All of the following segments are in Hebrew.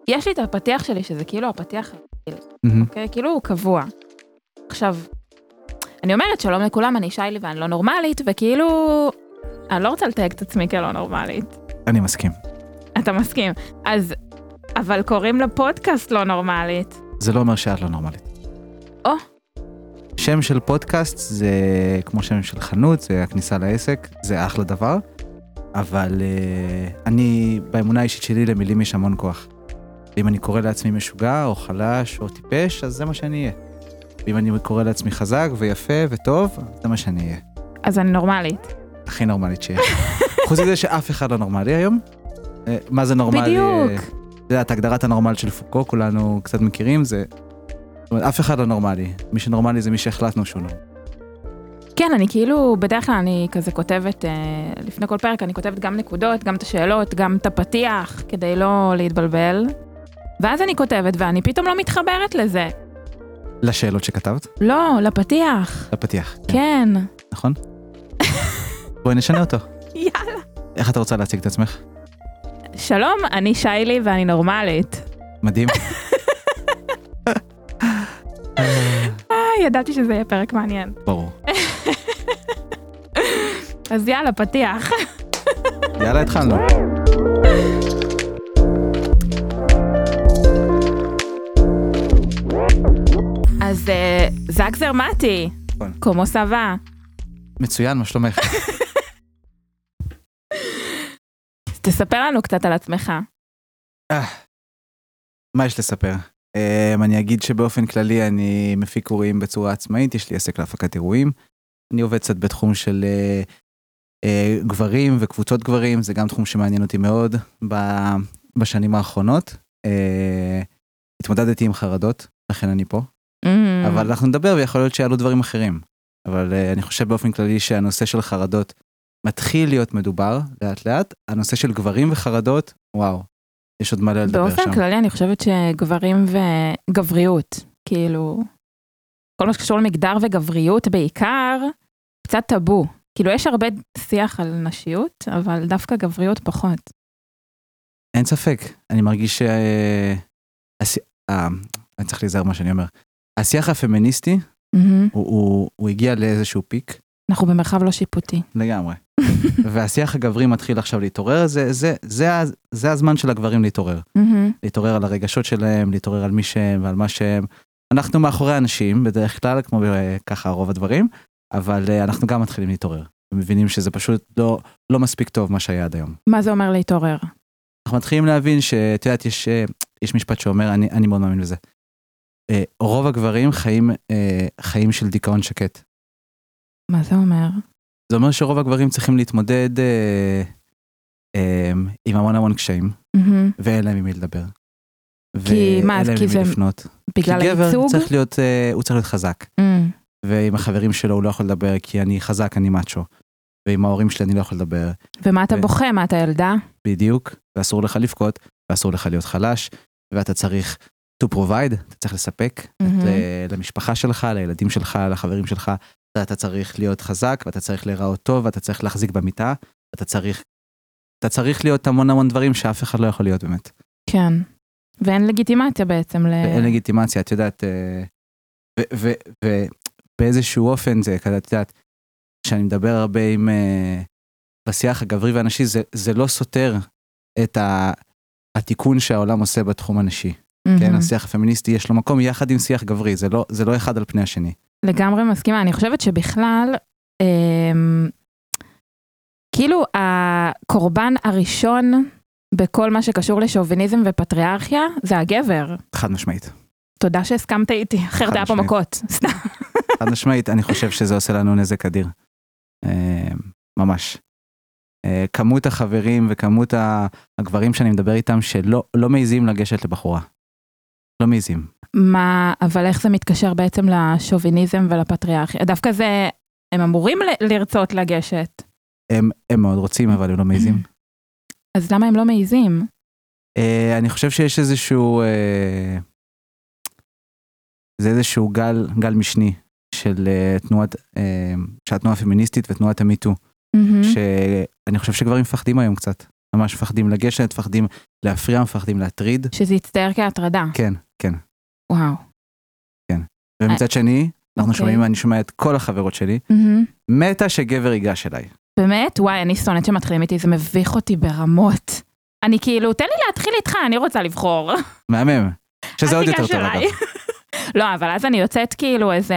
יש לי את הפתיח שלי, שזה כאילו הפתיח, אוקיי? כאילו הוא קבוע. עכשיו, אני אומרת שלום לכולם, אני שיילי ואני לא נורמלית, וכאילו, אני לא רוצה לתייג את עצמי כלא נורמלית. אני מסכים. אתה מסכים. אז, אבל קוראים לפודקאסט לא נורמלית. זה לא אומר שאת לא נורמלית. או. שם של פודקאסט זה כמו שם של חנות, זה הכניסה לעסק, זה אחלה דבר. אבל אני, באמונה האישית שלי, למילים יש המון כוח. אם אני קורא לעצמי משוגע, או חלש, או טיפש, אז זה מה שאני אהיה. ואם אני קורא לעצמי חזק, ויפה, וטוב, זה מה שאני אהיה. אז אני נורמלית. הכי נורמלית שיש. חוץ מזה שאף אחד לא נורמלי היום. מה זה נורמלי? בדיוק. זה יודעת, הגדרת הנורמל של פוקו, כולנו קצת מכירים, זה... אף אחד לא נורמלי. מי שנורמלי זה מי שהחלטנו שהוא נורמלי. כן, אני כאילו, בדרך כלל אני כזה כותבת, לפני כל פרק אני כותבת גם נקודות, גם את השאלות, גם את הפתיח, כדי לא להתבלבל. ואז אני כותבת, ואני פתאום לא מתחברת לזה. לשאלות שכתבת? לא, לפתיח. לפתיח. כן. נכון? בואי נשנה אותו. יאללה. איך אתה רוצה להציג את עצמך? שלום, אני שיילי ואני נורמלית. מדהים. ידעתי שזה יהיה פרק מעניין. ברור. אז יאללה, פתיח. יאללה, התחלנו. אז זק זרמתי. כמו סבא. מצוין, מה שלומך? תספר לנו קצת על עצמך. מה יש לספר? אני אגיד שבאופן כללי אני מפיק אירועים בצורה עצמאית, יש לי עסק להפקת אירועים. אני עובד קצת בתחום של גברים וקבוצות גברים, זה גם תחום שמעניין אותי מאוד בשנים האחרונות. התמודדתי עם חרדות, לכן אני פה. אבל אנחנו נדבר ויכול להיות שיעלו דברים אחרים. אבל אני חושב באופן כללי שהנושא של חרדות מתחיל להיות מדובר לאט לאט. הנושא של גברים וחרדות, וואו, יש עוד מה לדבר שם. באופן כללי אני חושבת שגברים וגבריות, כאילו, כל מה שקשור למגדר וגבריות בעיקר, קצת טאבו. כאילו יש הרבה שיח על נשיות, אבל דווקא גבריות פחות. אין ספק, אני מרגיש אני צריך להיזהר מה שאני אומר. השיח הפמיניסטי, הוא הגיע לאיזשהו פיק. אנחנו במרחב לא שיפוטי. לגמרי. והשיח הגברי מתחיל עכשיו להתעורר, זה הזמן של הגברים להתעורר. להתעורר על הרגשות שלהם, להתעורר על מי שהם ועל מה שהם. אנחנו מאחורי אנשים, בדרך כלל, כמו ככה רוב הדברים, אבל אנחנו גם מתחילים להתעורר. ומבינים שזה פשוט לא מספיק טוב מה שהיה עד היום. מה זה אומר להתעורר? אנחנו מתחילים להבין שאת יודעת, יש משפט שאומר, אני מאוד מאמין בזה. רוב הגברים חיים של דיכאון שקט. מה זה אומר? זה אומר שרוב הגברים צריכים להתמודד עם המון קשיים, ואין להם עם מי לדבר. כי מה, כי זה בגלל הייצוג? כי גבר הוא צריך להיות חזק. ועם החברים שלו הוא לא יכול לדבר, כי אני חזק, אני מאצ'ו. ועם ההורים שלי אני לא יכול לדבר. ומה אתה בוכה? מה אתה ילדה? בדיוק, ואסור לך לבכות, ואסור לך להיות חלש, ואתה צריך to provide, אתה צריך לספק למשפחה שלך, לילדים שלך, לחברים שלך, אתה צריך להיות חזק, ואתה צריך להיראות טוב, ואתה צריך להחזיק במיטה, אתה צריך להיות המון דברים שאף אחד לא יכול להיות באמת. כן, ואין לגיטימציה בעצם. אין לגיטימציה, את יודעת, ובאיזשהו אופן זה, את יודעת, כשאני מדבר הרבה עם בשיח הגברי והנשי, זה לא סותר את התיקון שהעולם עושה בתחום הנשי. כן, השיח הפמיניסטי יש לו מקום יחד עם שיח גברי, זה לא אחד על פני השני. לגמרי מסכימה, אני חושבת שבכלל, כאילו הקורבן הראשון בכל מה שקשור לשוביניזם ופטריארכיה, זה הגבר. חד משמעית. תודה שהסכמת איתי, אחרת היה פה מכות, סתם. חד משמעית, אני חושב שזה עושה לנו נזק אדיר. ממש. כמות החברים וכמות הגברים שאני מדבר איתם שלא מעיזים לגשת לבחורה. לא מעיזים. מה, אבל איך זה מתקשר בעצם לשוביניזם ולפטריארכיה? דווקא זה, הם אמורים לרצות לגשת. הם מאוד רוצים, אבל הם לא מעיזים. אז למה הם לא מעיזים? אני חושב שיש איזשהו, זה איזשהו גל משני של התנועה הפמיניסטית ותנועת המיטו, שאני חושב שגברים מפחדים היום קצת. ממש מפחדים לגשת, מפחדים להפריע, מפחדים להטריד. שזה יצטער כהטרדה. כן, כן. וואו. כן. ומצד שני, אנחנו שומעים, אני שומע את כל החברות שלי, מתה שגבר ייגש אליי. באמת? וואי, אני שונאת שמתחילים איתי, זה מביך אותי ברמות. אני כאילו, תן לי להתחיל איתך, אני רוצה לבחור. מהמם. שזה עוד יותר טוב אגב. לא, אבל אז אני יוצאת כאילו איזה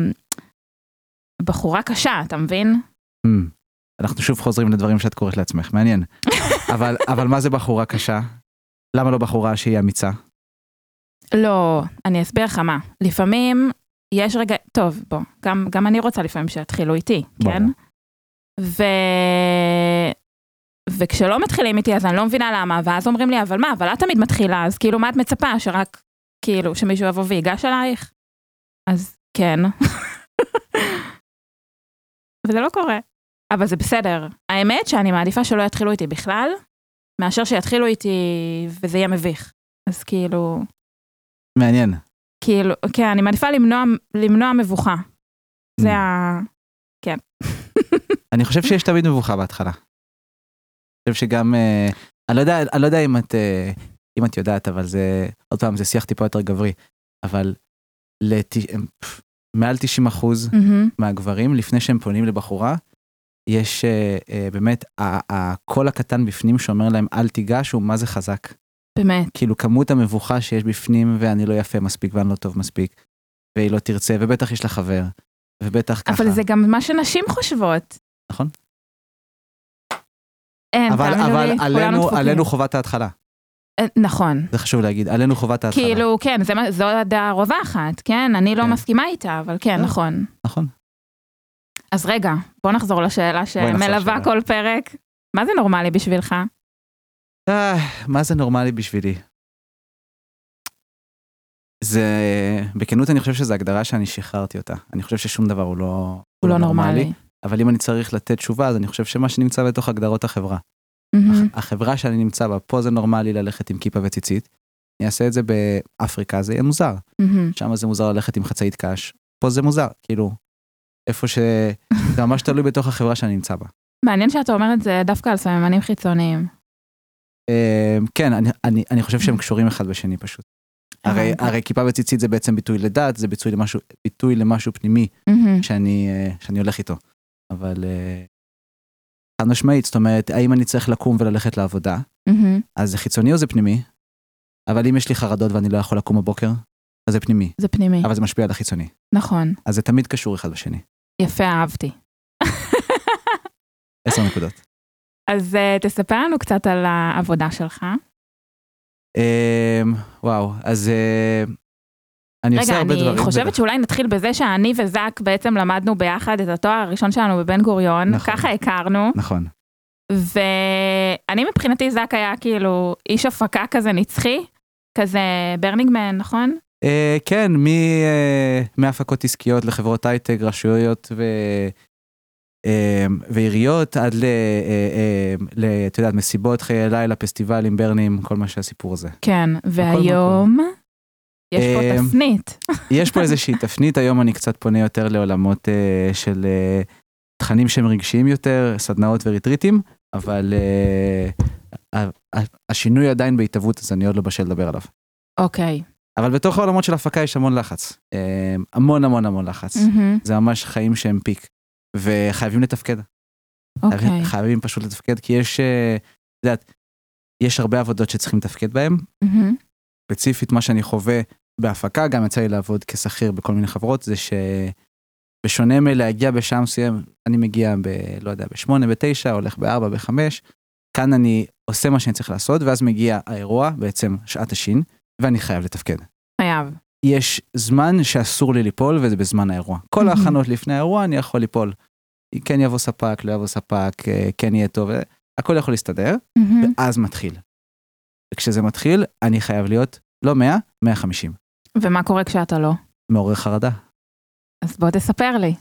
בחורה קשה, אתה מבין? אנחנו שוב חוזרים לדברים שאת קוראת לעצמך, מעניין. אבל מה זה בחורה קשה? למה לא בחורה שהיא אמיצה? לא, אני אסביר לך מה. לפעמים יש רגע, טוב, בוא, גם אני רוצה לפעמים שיתחילו איתי, כן? וכשלא מתחילים איתי, אז אני לא מבינה למה, ואז אומרים לי, אבל מה, אבל את תמיד מתחילה, אז כאילו, מה את מצפה? שרק, כאילו, שמישהו יבוא ויגש אלייך? אז כן. וזה לא קורה. אבל זה בסדר. האמת שאני מעדיפה שלא יתחילו איתי בכלל, מאשר שיתחילו איתי וזה יהיה מביך. אז כאילו... מעניין. כאילו, כן, אני מעדיפה למנוע מבוכה. זה כן. אני חושב שיש תמיד מבוכה בהתחלה. אני חושב שגם... אני לא יודע אם את יודעת, אבל זה... עוד פעם, זה שיח טיפה יותר גברי. אבל מעל 90% מהגברים, לפני שהם פונים לבחורה, יש באמת, הקול הקטן בפנים שאומר להם, אל תיגש, הוא מה זה חזק. באמת. כאילו כמות המבוכה שיש בפנים, ואני לא יפה מספיק, ואני לא טוב מספיק, והיא לא תרצה, ובטח יש לה חבר, ובטח ככה. אבל זה גם מה שנשים חושבות. נכון. אין, אבל עלינו חובת ההתחלה. נכון. זה חשוב להגיד, עלינו חובת ההתחלה. כאילו, כן, זו הדעה רווחת, כן? אני לא מסכימה איתה, אבל כן, נכון. נכון. אז רגע, בוא נחזור לשאלה שמלווה כל פרק. מה זה נורמלי בשבילך? מה זה נורמלי בשבילי? זה, בכנות אני חושב שזו הגדרה שאני שחררתי אותה. אני חושב ששום דבר הוא לא נורמלי. אבל אם אני צריך לתת תשובה, אז אני חושב שמה שנמצא בתוך הגדרות החברה. החברה שאני נמצא בה, פה זה נורמלי ללכת עם כיפה וציצית. אני אעשה את זה באפריקה, זה יהיה מוזר. שם זה מוזר ללכת עם חצאית קש. פה זה מוזר, כאילו, איפה זה ממש תלוי בתוך החברה שאני נמצא בה. מעניין שאתה אומר את זה דווקא על סממנים חיצוניים. כן, אני חושב שהם קשורים אחד בשני פשוט. הרי כיפה וציצית זה בעצם ביטוי לדת, זה ביטוי למשהו פנימי שאני הולך איתו. אבל חד משמעית, זאת אומרת, האם אני צריך לקום וללכת לעבודה, אז זה חיצוני או זה פנימי? אבל אם יש לי חרדות ואני לא יכול לקום בבוקר, אז זה פנימי. זה פנימי. אבל זה משפיע על החיצוני. נכון. אז זה תמיד קשור אחד בשני. יפה, אהבתי. 10 נקודות. אז תספר לנו קצת על העבודה שלך. וואו, אז אני עושה הרבה דברים. רגע, אני חושבת שאולי נתחיל בזה שאני וזק בעצם למדנו ביחד את התואר הראשון שלנו בבן גוריון, ככה הכרנו. נכון. ואני מבחינתי זק היה כאילו איש הפקה כזה נצחי, כזה ברנינגמן, נכון? כן, מהפקות עסקיות לחברות הייטק, רשויות ועיריות, עד את יודעת, מסיבות, חיי לילה, פסטיבלים, ברנים, כל מה שהסיפור הזה. כן, והיום יש פה תפנית. יש פה איזושהי תפנית, היום אני קצת פונה יותר לעולמות של תכנים שהם רגשיים יותר, סדנאות וריטריטים, אבל השינוי עדיין בהתהוות, אז אני עוד לא בשל לדבר עליו. אוקיי. אבל בתוך העולמות של הפקה יש המון לחץ. המון המון המון לחץ. זה ממש חיים שהם פיק. וחייבים לתפקד. חייבים פשוט לתפקד, כי יש הרבה עבודות שצריכים לתפקד בהם. ספציפית מה שאני חווה בהפקה, גם יצא לי לעבוד כשכיר בכל מיני חברות, זה שבשונה מלהגיע בשעה מסוים, אני מגיע לא יודע, ב8, ב9, הולך ב4, ב5, כאן אני עושה מה שאני צריך לעשות, ואז מגיע האירוע, בעצם שעת השין, ואני חייב לתפקד. חייב. יש זמן שאסור לי ליפול, וזה בזמן האירוע. כל ההכנות לפני האירוע, אני יכול ליפול. כן יבוא ספק, לא יבוא ספק, כן יהיה טוב, הכל יכול להסתדר, ואז מתחיל. וכשזה מתחיל, אני חייב להיות לא 100, 150. ומה קורה כשאתה לא? מעורר חרדה. אז בוא תספר לי.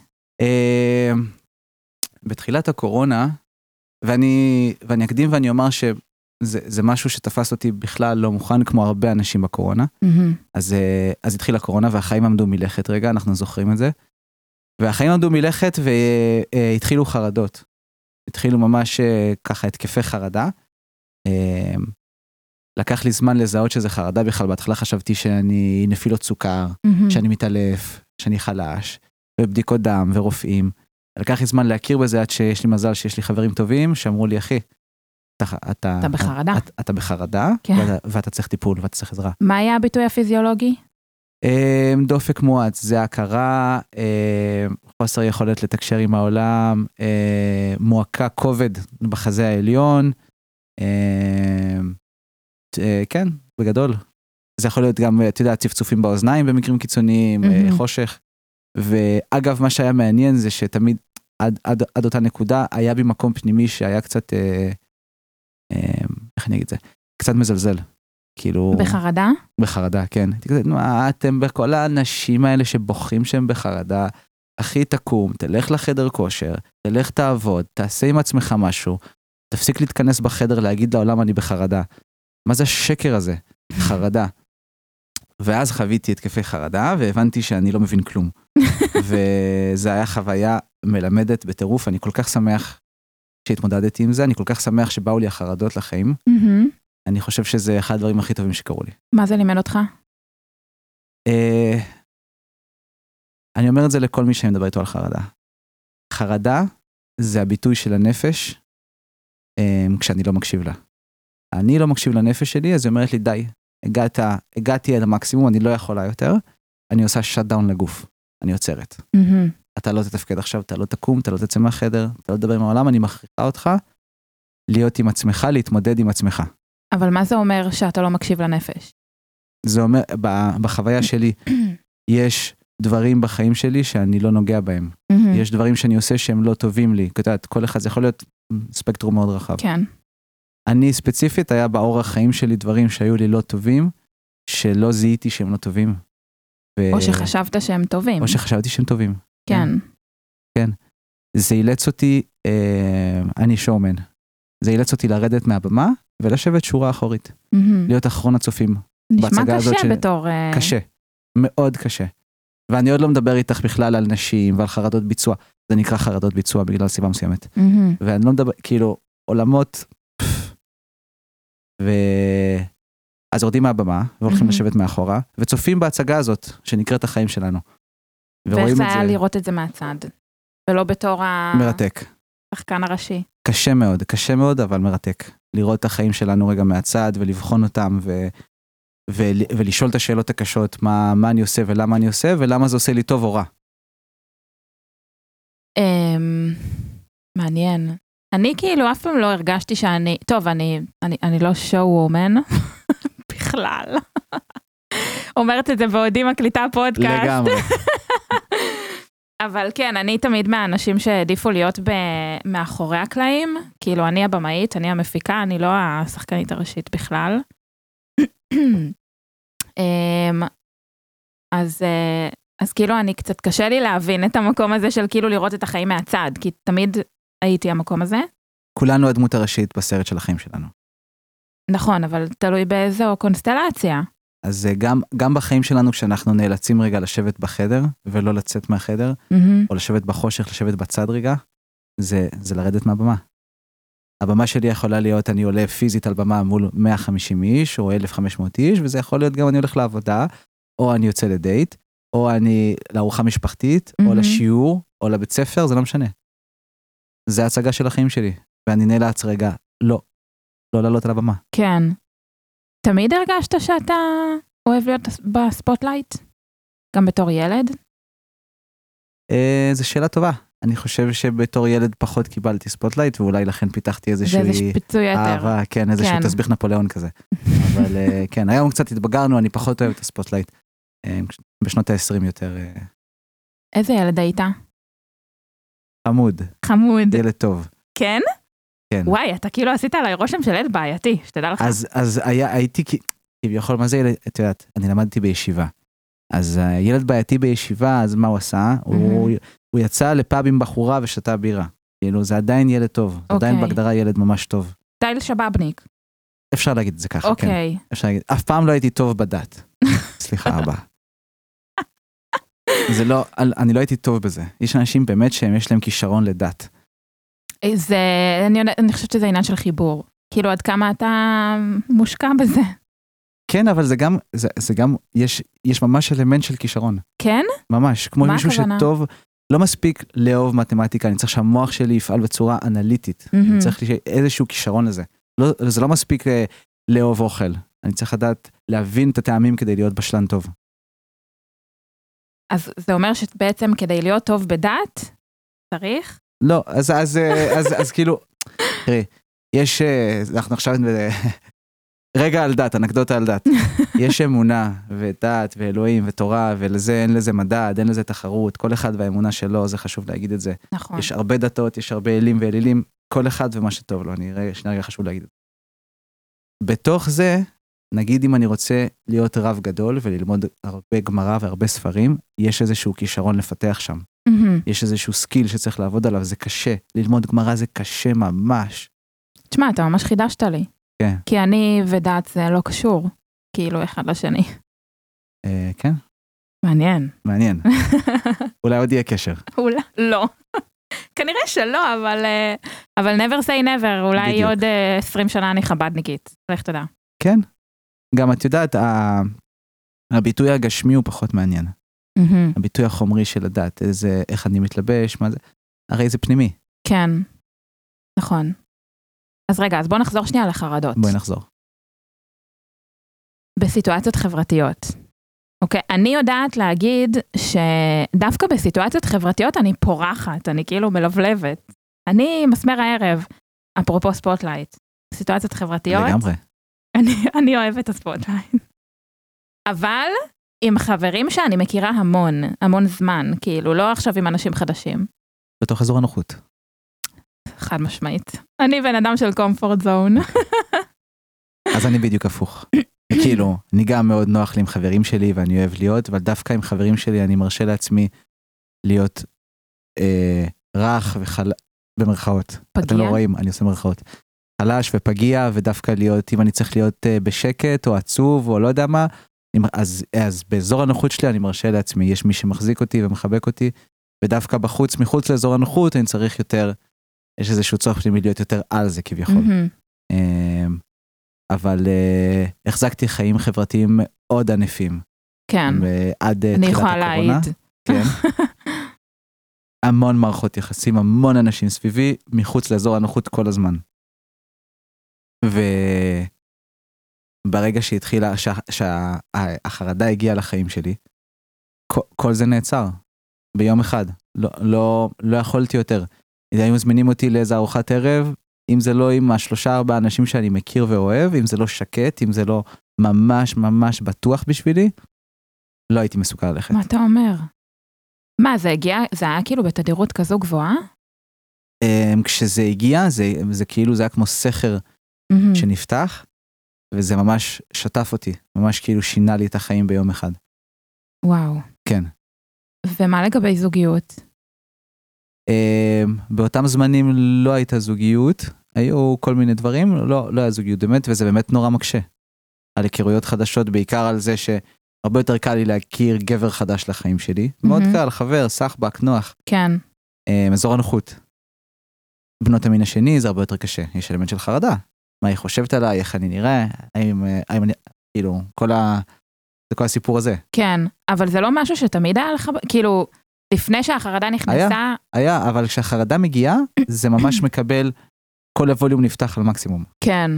בתחילת הקורונה, ואני אקדים ואני אומר שזה משהו שתפס אותי בכלל לא מוכן, כמו הרבה אנשים בקורונה. אז התחיל הקורונה, והחיים עמדו מלכת רגע, אנחנו זוכרים את זה. והחיים עמדו מלכת, והתחילו חרדות. התחילו ממש ככה התקפי חרדה. לקח לי זמן לזהות שזה חרדה בכלל, בהתחלה חשבתי שאני נפילות סוכר, שאני מתעלף, שאני חלש, ובדיקות דם ורופאים. לקח לי זמן להכיר בזה עד שיש לי מזל שיש לי חברים טובים, שאמרו לי, אחי, אתה בחרדה. אתה בחרדה, ואתה צריך טיפול, ואתה צריך עזרה. מה היה הביטוי הפיזיולוגי? דופק מואץ, זה הכרה, חוסר יכולת לתקשר עם העולם, מועקה כובד בחזה העליון, כן, בגדול. זה יכול להיות גם, אתה יודע, צפצופים באוזניים במקרים קיצוניים, חושך. ואגב, מה שהיה מעניין זה שתמיד, עד אותה נקודה, היה בי מקום פנימי שהיה קצת, איך אני אגיד את זה? קצת מזלזל. כאילו... בחרדה? בחרדה, כן. מה אתם בכל האנשים האלה שבוחרים שהם בחרדה, אחי תקום, תלך לחדר כושר, תלך תעבוד, תעשה עם עצמך משהו, תפסיק להתכנס בחדר להגיד לעולם אני בחרדה. מה זה השקר הזה? חרדה. ואז חוויתי התקפי חרדה, והבנתי שאני לא מבין כלום. וזה היה חוויה מלמדת בטירוף, אני כל כך שמח שהתמודדתי עם זה, אני כל כך שמח שבאו לי החרדות לחיים. אני חושב שזה אחד הדברים הכי טובים שקרו לי. מה זה לימד אותך? אני אומר את זה לכל מי שמדבר איתו על חרדה. חרדה זה הביטוי של הנפש, כשאני לא מקשיב לה. אני לא מקשיב לנפש שלי, אז היא אומרת לי, די, הגעתי עד המקסימום, אני לא יכולה יותר, אני עושה שאט-דאון לגוף, אני עוצרת. אתה לא תתפקד עכשיו, אתה לא תקום, אתה לא תצא מהחדר, אתה לא תדבר עם העולם, אני מכריחה אותך להיות עם עצמך, להתמודד עם עצמך. אבל מה זה אומר שאתה לא מקשיב לנפש? זה אומר, בחוויה שלי, יש דברים בחיים שלי שאני לא נוגע בהם. יש דברים שאני עושה שהם לא טובים לי. כתבת, כל אחד, זה יכול להיות ספקטרום מאוד רחב. כן. אני ספציפית, היה באורח חיים שלי דברים שהיו לי לא טובים, שלא זיהיתי שהם לא טובים. או שחשבת שהם טובים. או שחשבתי שהם טובים. כן. כן. זה אילץ אותי, אני שואומן. זה אילץ אותי לרדת מהבמה, ולשבת שורה אחורית. להיות אחרון הצופים. נשמע קשה בתור... קשה. מאוד קשה. ואני עוד לא מדבר איתך בכלל על נשים ועל חרדות ביצוע. זה נקרא חרדות ביצוע בגלל סיבה מסוימת. ואני לא מדבר, כאילו, עולמות... אז יורדים מהבמה, והולכים לשבת מאחורה, וצופים בהצגה הזאת, שנקראת החיים שלנו. ואיך זה היה לראות את זה מהצד? ולא בתור מרתק. השחקן הראשי. קשה מאוד, אבל מרתק. לראות את החיים שלנו רגע מהצד, ולבחון אותם, ולשאול את השאלות הקשות, מה אני עושה ולמה אני עושה, ולמה זה עושה לי טוב או רע. מעניין. אני כאילו אף פעם לא הרגשתי שאני, טוב, אני לא שואו וומן, בכלל. אומרת את זה בעודי מקליטה פודקאסט. לגמרי. אבל כן, אני תמיד מהאנשים שהעדיפו להיות מאחורי הקלעים, כאילו אני הבמאית, אני המפיקה, אני לא השחקנית הראשית בכלל. אז כאילו אני קצת קשה לי להבין את המקום הזה של כאילו לראות את החיים מהצד, כי תמיד הייתי המקום הזה. כולנו הדמות הראשית בסרט של החיים שלנו. נכון, אבל תלוי באיזו קונסטלציה. אז גם בחיים שלנו, כשאנחנו נאלצים רגע לשבת בחדר, ולא לצאת מהחדר, או לשבת בחושך, לשבת בצד רגע, זה לרדת מהבמה. הבמה שלי יכולה להיות, אני עולה פיזית על במה מול 150 איש, או 1,500 איש, וזה יכול להיות גם אני הולך לעבודה, או אני יוצא לדייט, או אני לארוחה משפחתית, או לשיעור, או לבית ספר, זה לא משנה. זה ההצגה של החיים שלי, ואני נאלץ רגע, לא לעלות על הבמה. כן. תמיד הרגשת שאתה אוהב להיות בספוטלייט? גם בתור ילד? זו שאלה טובה. אני חושב שבתור ילד פחות קיבלתי ספוטלייט, ואולי לכן פיתחתי איזושהי אהבה, כן, איזשהו תסביך נפוליאון כזה. אבל כן, היום קצת התבגרנו, אני פחות אוהב את הספוטלייט. בשנות ה-20 יותר. איזה ילד היית? חמוד. חמוד. ילד טוב. כן? כן. וואי, אתה כאילו עשית עליי רושם של ילד בעייתי, שתדע לך. אז הייתי, כביכול, מה זה ילד, את יודעת, אני למדתי בישיבה. אז הילד בעייתי בישיבה, אז מה הוא עשה? הוא יצא לפאב עם בחורה ושתה בירה. כאילו, זה עדיין ילד טוב. זה עדיין בהגדרה ילד ממש טוב. סטייל שבאבניק. אפשר להגיד את זה ככה, כן. אוקיי. אפשר להגיד, אף פעם לא הייתי טוב בדת. סליחה, אבא. זה לא, אני לא הייתי טוב בזה. יש אנשים באמת שהם יש להם כישרון לדת. אני חושבת שזה עניין של חיבור. כאילו עד כמה אתה מושקע בזה. כן, אבל זה גם, יש ממש אלמנט של כישרון. כן? ממש, כמו מה מישהו הכוונה? שטוב, לא מספיק לאהוב מתמטיקה, אני צריך שהמוח שלי יפעל בצורה אנליטית. אני צריך איזשהו כישרון לזה. זה לא מספיק לאהוב אוכל. אני צריך לדעת להבין את הטעמים כדי להיות בשלן טוב. אז זה אומר שבעצם כדי להיות טוב בדת, צריך? לא, אז כאילו, תראי, אנחנו עכשיו רגע על דת, אנקדוטה על דת. יש אמונה ודת ואלוהים ותורה, ולזה אין לזה מדד, אין לזה תחרות, כל אחד והאמונה שלו, זה חשוב להגיד את זה. נכון. יש הרבה דתות, יש הרבה אלים ואלילים, כל אחד ומה שטוב לו, שנייה רגע חשוב להגיד את זה. בתוך זה, נגיד אם אני רוצה להיות רב גדול וללמוד הרבה גמרא והרבה ספרים, יש איזשהו כישרון לפתח שם. יש איזשהו סקיל שצריך לעבוד עליו, זה קשה. ללמוד גמרא זה קשה ממש. תשמע, אתה ממש חידשת לי. כן. כי אני ודת זה לא קשור, כאילו אחד לשני. כן? מעניין. מעניין. אולי עוד יהיה קשר. אולי, לא. כנראה שלא, אבל never say never, אולי בדיוק. עוד 20 שנה אני חבדניקית. לך תדע. כן. גם את יודעת, הביטוי הגשמי הוא פחות מעניין. הביטוי החומרי של הדת, איך אני מתלבש, מה זה, הרי זה פנימי. כן, נכון. אז רגע, אז בוא נחזור שנייה לחרדות. בואי נחזור. בסיטואציות חברתיות. אוקיי, אני יודעת להגיד שדווקא בסיטואציות חברתיות אני פורחת, אני כאילו מלבלבת. אני מסמר הערב, אפרופו ספוטלייט. סיטואציות חברתיות. לגמרי. אני אוהבת את הספוטלייט. אבל עם חברים שאני מכירה המון זמן, כאילו לא עכשיו עם אנשים חדשים. בתוך אזור הנוחות. חד משמעית. אני בן אדם של comfort zone. אז אני בדיוק הפוך. כאילו, אני גם מאוד נוח לי עם חברים שלי ואני אוהב להיות, אבל דווקא עם חברים שלי אני מרשה לעצמי להיות רך במרכאות. פגיע? אתם לא רואים, אני עושה מרכאות. חלש ופגיע, ודווקא להיות, אם אני צריך להיות בשקט או עצוב או לא יודע מה, אז באזור הנוחות שלי אני מרשה לעצמי, יש מי שמחזיק אותי ומחבק אותי, ודווקא מחוץ לאזור הנוחות אני צריך יותר, יש איזשהו צורך פנימי להיות יותר על זה כביכול. אבל החזקתי חיים חברתיים מאוד ענפים. כן, עד אני תחילת יכולה הקורונה. להעיד. כן. המון מערכות יחסים, המון אנשים סביבי, מחוץ לאזור הנוחות כל הזמן. וברגע שהתחילה, שהחרדה הגיעה לחיים שלי, כל זה נעצר. ביום אחד. לא יכולתי יותר. אם מזמינים אותי לאיזה ארוחת ערב, אם זה לא עם 3-4 אנשים שאני מכיר ואוהב, אם זה לא שקט, אם זה לא ממש בטוח בשבילי, לא הייתי מסוגל ללכת. מה אתה אומר? מה, זה היה כאילו בתדירות כזו גבוהה? כשזה הגיע, זה כאילו, זה היה כמו סכר שנפתח, וזה ממש שטף אותי, ממש כאילו שינה לי את החיים ביום אחד. וואו. כן. ומה לגבי זוגיות? באותם זמנים לא הייתה זוגיות, היו כל מיני דברים, לא היה זוגיות באמת, וזה באמת נורא מקשה. על היכרויות חדשות, בעיקר על זה שהרבה יותר קל לי להכיר גבר חדש לחיים שלי. מאוד קל, חבר, סחבק, נוח. כן. אזור הנוחות. בנות המין השני זה הרבה יותר קשה, יש אלמנט של חרדה. מה היא חושבת עליי, איך אני נראה, האם אני, כאילו, כל הסיפור הזה. כן, אבל זה לא משהו שתמיד היה לך, כאילו, לפני שהחרדה נכנסה... היה, אבל כשהחרדה מגיעה, זה ממש מקבל, כל הווליום נפתח על מקסימום. כן.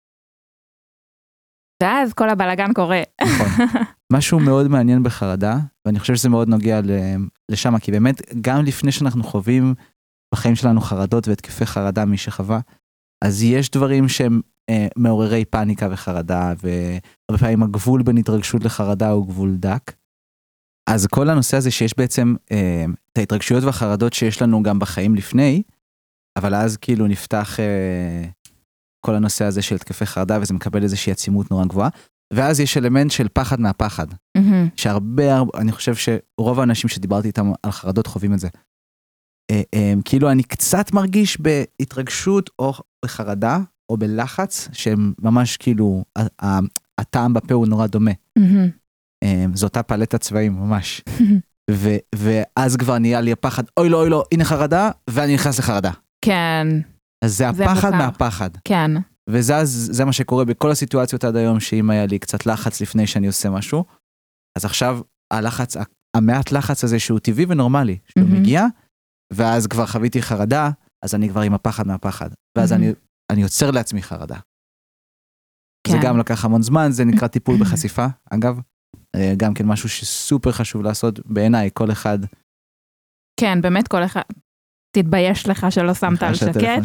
ואז כל הבלגן קורה. נכון. משהו מאוד מעניין בחרדה, ואני חושב שזה מאוד נוגע לשם, כי באמת, גם לפני שאנחנו חווים בחיים שלנו חרדות והתקפי חרדה, מי שחווה, אז יש דברים שהם מעוררי פאניקה וחרדה, והרבה פעמים הגבול בין התרגשות לחרדה הוא גבול דק. אז כל הנושא הזה שיש בעצם את ההתרגשויות והחרדות שיש לנו גם בחיים לפני, אבל אז כאילו נפתח כל הנושא הזה של התקפי חרדה, וזה מקבל איזושהי עצימות נורא גבוהה, ואז יש אלמנט של פחד מהפחד, שהרבה, אני חושב שרוב האנשים שדיברתי איתם על חרדות חווים את זה. כאילו אני קצת מרגיש בהתרגשות או בחרדה, או בלחץ, שהם ממש כאילו, הטעם בפה הוא נורא דומה. זו אותה פלטת צבעים, ממש. ואז כבר נהיה לי הפחד, אוי לא, הנה חרדה, ואני נכנס לחרדה. כן. אז זה הפחד מהפחד. כן. וזה מה שקורה בכל הסיטואציות עד היום, שאם היה לי קצת לחץ לפני שאני עושה משהו, אז עכשיו הלחץ, המעט לחץ הזה שהוא טבעי ונורמלי, שהוא מגיע, ואז כבר חוויתי חרדה, אז אני כבר עם הפחד מהפחד, ואז אני יוצר לעצמי חרדה. זה גם לקח המון זמן, זה נקרא טיפול בחשיפה, אגב, גם כן משהו שסופר חשוב לעשות בעיניי, כל אחד. כן, באמת כל אחד, תתבייש לך שלא שמת על שקט.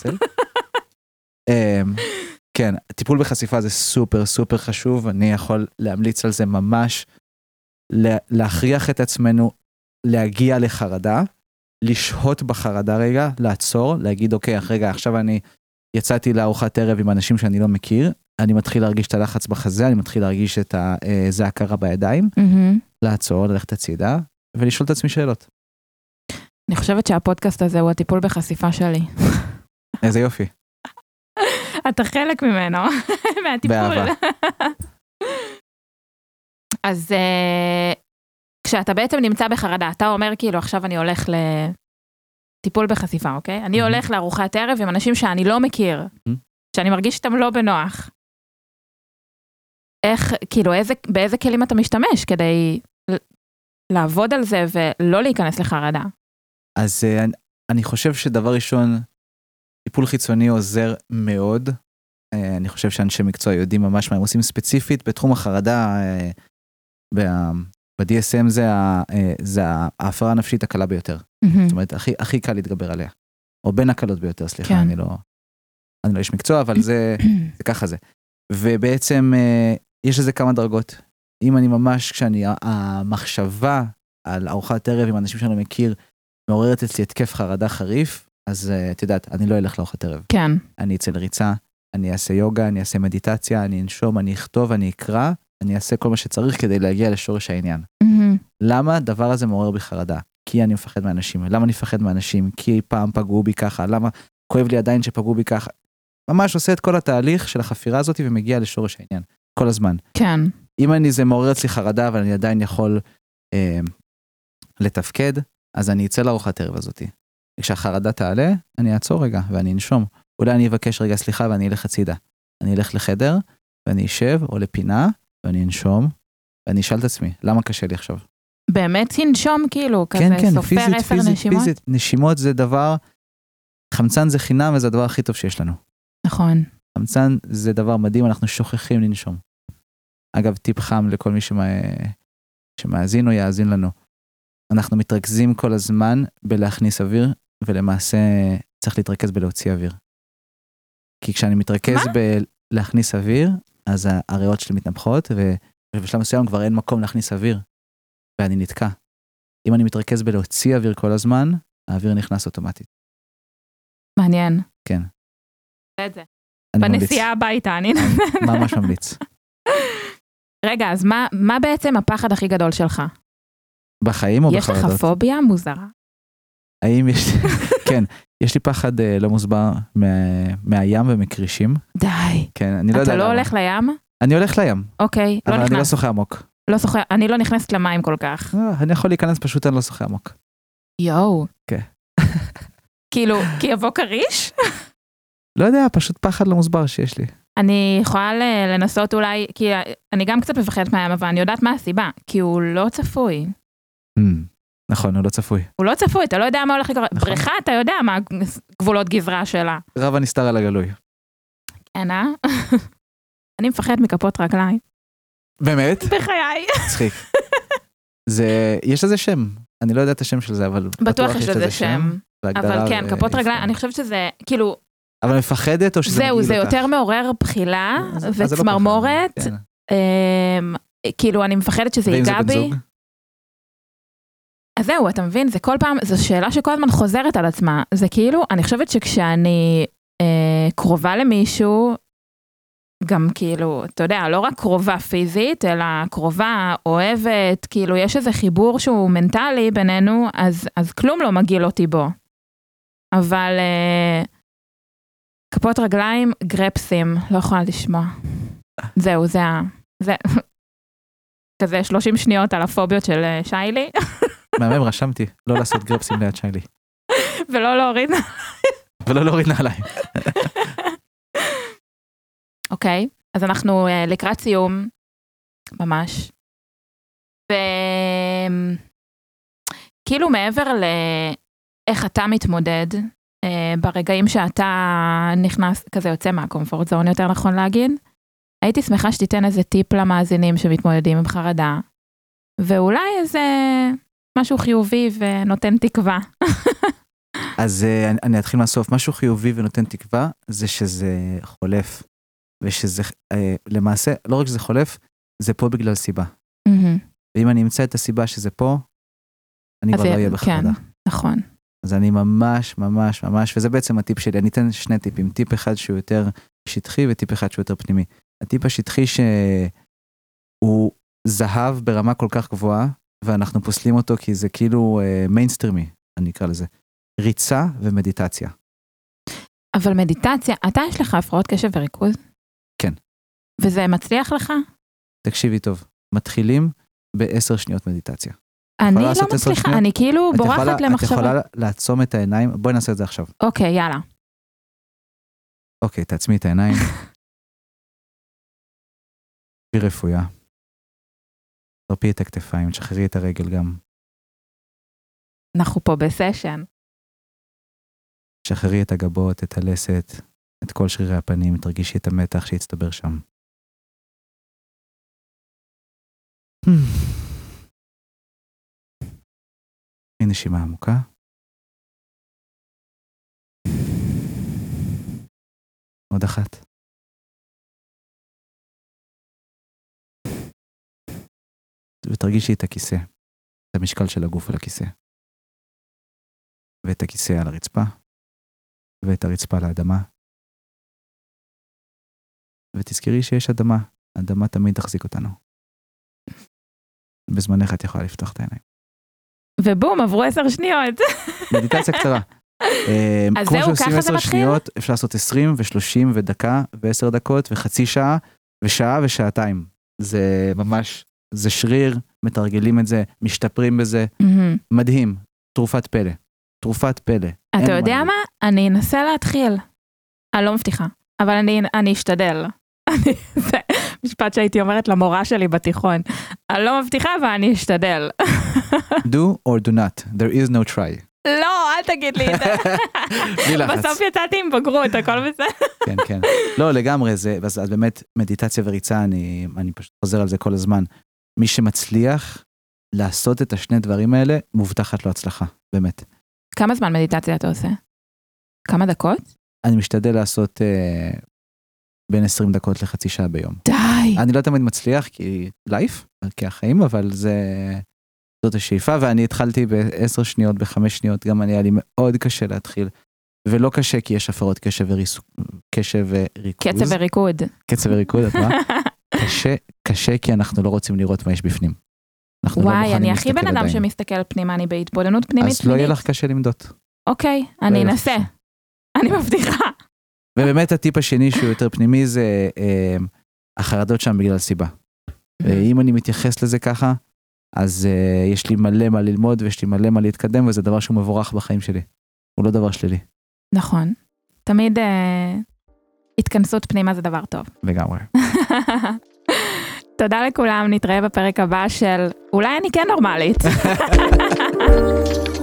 כן, טיפול בחשיפה זה סופר סופר חשוב, אני יכול להמליץ על זה ממש, להכריח את עצמנו, להגיע לחרדה, לשהות בחרדה רגע, לעצור, להגיד אוקיי, רגע, עכשיו אני יצאתי לארוחת ערב עם אנשים שאני לא מכיר, אני מתחיל להרגיש את הלחץ בחזה, אני מתחיל להרגיש את זה הכרה בידיים, לעצור, ללכת הצידה, ולשאול את עצמי שאלות. אני חושבת שהפודקאסט הזה הוא הטיפול בחשיפה שלי. איזה יופי. אתה חלק ממנו, מהטיפול. באהבה. אז כשאתה בעצם נמצא בחרדה, אתה אומר כאילו עכשיו אני הולך לטיפול בחשיפה, אוקיי? אני הולך לארוחת ערב עם אנשים שאני לא מכיר, שאני מרגיש שאתם לא בנוח. איך, כאילו, באיזה כלים אתה משתמש כדי לעבוד על זה ולא להיכנס לחרדה? אז אני חושב שדבר ראשון, טיפול חיצוני עוזר מאוד. אני חושב שאנשי מקצוע יודעים ממש מה הם עושים ספציפית. בתחום החרדה, ב-DSM זה ההפרעה הנפשית הקלה ביותר. זאת אומרת, הכי קל להתגבר עליה. או בין הקלות ביותר, סליחה, אני לא איש מקצוע, אבל זה ככה זה. ובעצם יש לזה כמה דרגות. אם אני ממש, המחשבה על ארוחת ערב עם אנשים שאני מכיר, מעוררת אצלי התקף חרדה חריף, אז את יודעת, אני לא אלך לארוחת ערב. כן. אני אצא לריצה, אני אעשה יוגה, אני אעשה מדיטציה, אני אנשום, אני אכתוב, אני אקרא, אני אעשה כל מה שצריך כדי להגיע לשורש העניין. למה הדבר הזה מעורר בי חרדה? כי אני מפחד מאנשים. למה אני מפחד מאנשים? כי פעם פגעו בי ככה. למה כואב לי עדיין שפגעו בי ככה? ממש עושה את כל התהליך של החפירה הזאת ומגיע לשורש העניין. כל הזמן. כן. אם זה מעורר אצלי חרדה, אבל אני עדיין יכול לתפקד, אז אני אצא לארוחת ערב הזאת. כשהחרדה תעלה, אני אעצור רגע ואני אנשום. אולי אני אבקש רגע סליחה ואני אלך הצידה. אני אלך לחדר ואני אשב או לפינה ואני אנשום ואני אשאל את עצמי, למה קשה לי עכשיו? באמת תנשום כאילו, כזה סופר 10 נשימות? פיזית. נשימות זה דבר, חמצן זה חינם וזה הדבר הכי טוב שיש לנו. נכון. חמצן זה דבר מדהים, אנחנו שוכחים לנשום. אגב, טיפ חם לכל מי שמאזין או יאזין לנו. אנחנו מתרכזים כל הזמן בלהכניס אוויר, ולמעשה צריך להתרכז בלהוציא אוויר. כי כשאני מתרכז בלהכניס אוויר, אז הריאות שלי מתנפחות, ובשלב מסוים כבר אין מקום להכניס אוויר, ואני נתקע. אם אני מתרכז בלהוציא אוויר כל הזמן, האוויר נכנס אוטומטית. מעניין. כן. זה. בנסיעה הביתה, אני ממש ממליץ. רגע, אז מה בעצם הפחד הכי גדול שלך? בחיים או בחרדות? יש לך פוביה מוזרה? האם יש... כן, יש לי פחד לא מוסבר מהים ומקרישים. די. כן, אני לא יודע למה. אתה לא הולך לים? אני הולך לים. אוקיי, לא נכנס. אבל אני לא שוחה עמוק. אני לא נכנסת למים כל כך. אני יכול להיכנס, פשוט אני לא שוחה עמוק. יואו. כן. כאילו, כי יבוא קריש? לא יודע, פשוט פחד לא מוסבר שיש לי. אני יכולה לנסות אולי, כי אני גם קצת מפחדת מהים, אבל אני יודעת מה הסיבה, כי הוא לא צפוי. נכון, הוא לא צפוי. הוא לא צפוי, אתה לא יודע מה הולך לקרות. בריכה, אתה יודע מה גבולות גזרה שלה. רב הנסתר על הגלוי. כן, אני מפחדת מכפות רגליים. באמת? בחיי. צחיק. יש לזה שם. אני לא יודע את השם של זה, אבל בטוח יש לזה שם. אבל כן, כפות רגליים, אני חושבת שזה, כאילו... אבל מפחדת או שזה מגיל אותך? זהו, זה יותר מעורר בחילה וצמרמורת. כאילו, אני מפחדת שזה ייגע בי. אז זהו, אתה מבין, זה כל פעם, זו שאלה שכל הזמן חוזרת על עצמה. זה כאילו, אני חושבת שכשאני קרובה למישהו, גם כאילו, אתה יודע, לא רק קרובה פיזית, אלא קרובה, אוהבת, כאילו, יש איזה חיבור שהוא מנטלי בינינו, אז כלום לא מגיל אותי בו. אבל כפות רגליים, גרפסים, לא יכולה לשמוע. זהו, זה כזה 30 שניות על הפוביות של שיילי. מהמם, רשמתי, לא לעשות גרפסים ליד שיילי. ולא להוריד ולא להוריד נעליים. אוקיי? אז אנחנו לקראת סיום, ממש. וכאילו מעבר לאיך אתה מתמודד, ברגעים שאתה נכנס, כזה יוצא מהקומפורט זון, יותר נכון להגיד, הייתי שמחה שתיתן איזה טיפ למאזינים שמתמודדים עם חרדה, ואולי איזה משהו חיובי ונותן תקווה. אז אני אתחיל מהסוף. משהו חיובי ונותן תקווה, זה שזה חולף. ושזה, למעשה, לא רק שזה חולף, זה פה בגלל סיבה. ואם אני אמצא את הסיבה שזה פה, אני כבר לא אהיה בחרדה. כן, נכון. אז אני ממש, ממש, ממש, וזה בעצם הטיפ שלי. אני אתן שני טיפים. טיפ אחד שהוא יותר שטחי, וטיפ אחד שהוא יותר פנימי. הטיפ השטחי שהוא זהב ברמה כל כך גבוהה, ואנחנו פוסלים אותו כי זה כאילו מיינסטרימי, אני אקרא לזה. ריצה ומדיטציה. אבל מדיטציה, אתה יש לך הפרעות קשב וריכוז? כן. וזה מצליח לך? תקשיבי טוב, מתחילים ב10 שניות מדיטציה. אני לא מצליחה, אני כאילו בורחת למחשבה. את יכולה לעצום את העיניים, בואי נעשה את זה עכשיו. אוקיי, יאללה. אוקיי, תעצמי את העיניים. תהיי רפויה. תרפי את הכתפיים, תשחררי את הרגל גם. אנחנו פה בסשן. תשחררי את הגבות, את הלסת, את כל שרירי הפנים, תרגישי את המתח שיצטבר שם. נשימה עמוקה. עוד אחת. ותרגישי את הכיסא, את המשקל של הגוף על הכיסא. ואת הכיסא על הרצפה, ואת הרצפה על האדמה. ותזכרי שיש אדמה, האדמה תמיד תחזיק אותנו. בזמנך את יכולה לפתוח את העיניים. ובום, עברו 10 שניות. מדיטציה קצרה. אז כמו זהו, שעושים ככה 10 זה מתחיל? שניות, אפשר לעשות 20 ו-30 ודקה ו10 דקות וחצי שעה ושעה ושעתיים. זה ממש, זה שריר, מתרגלים את זה, משתפרים בזה. מדהים, תרופת פלא. תרופת פלא. אתה יודע מה? אני אנסה להתחיל. אני לא מבטיחה, אבל אני אשתדל. זה משפט שהייתי אומרת למורה שלי בתיכון. אני לא מבטיחה, אבל אני אשתדל. Do or do not, there is no try. לא, אל תגיד לי את זה. בלי לחץ. בסוף יצאתי עם בגרות, הכל בסדר. כן, כן. לא, לגמרי, אז באמת מדיטציה וריצה, אני פשוט חוזר על זה כל הזמן. מי שמצליח לעשות את השני דברים האלה, מובטחת לו הצלחה, באמת. כמה זמן מדיטציה אתה עושה? כמה דקות? אני משתדל לעשות בין 20 דקות לחצי שעה ביום. די. אני לא תמיד מצליח, כי לייף, כי החיים, אבל זאת השאיפה, ואני התחלתי ב10 שניות, ב5 שניות, גם היה לי מאוד קשה להתחיל, ולא קשה כי יש הפרעות קשב וריכוז. קצב וריקוד. קצב וריקוד, את מה? קשה כי אנחנו לא רוצים לראות מה יש בפנים. וואי, אני הכי בן אדם שמסתכל פנימה, אני בהתבוננות פנימית. אז לא יהיה לך קשה למדות. אוקיי, אני אנסה. אני מבטיחה. ובאמת הטיפ השני שהוא יותר פנימי זה החרדות שם בגלל סיבה. אם אני מתייחס לזה ככה, אז יש לי מלא מה ללמוד ויש לי מלא מה להתקדם, וזה דבר שהוא מבורך בחיים שלי. הוא לא דבר שלילי. נכון. תמיד התכנסות פנימה זה דבר טוב. לגמרי. תודה לכולם, נתראה בפרק הבא של אולי אני כן נורמלית.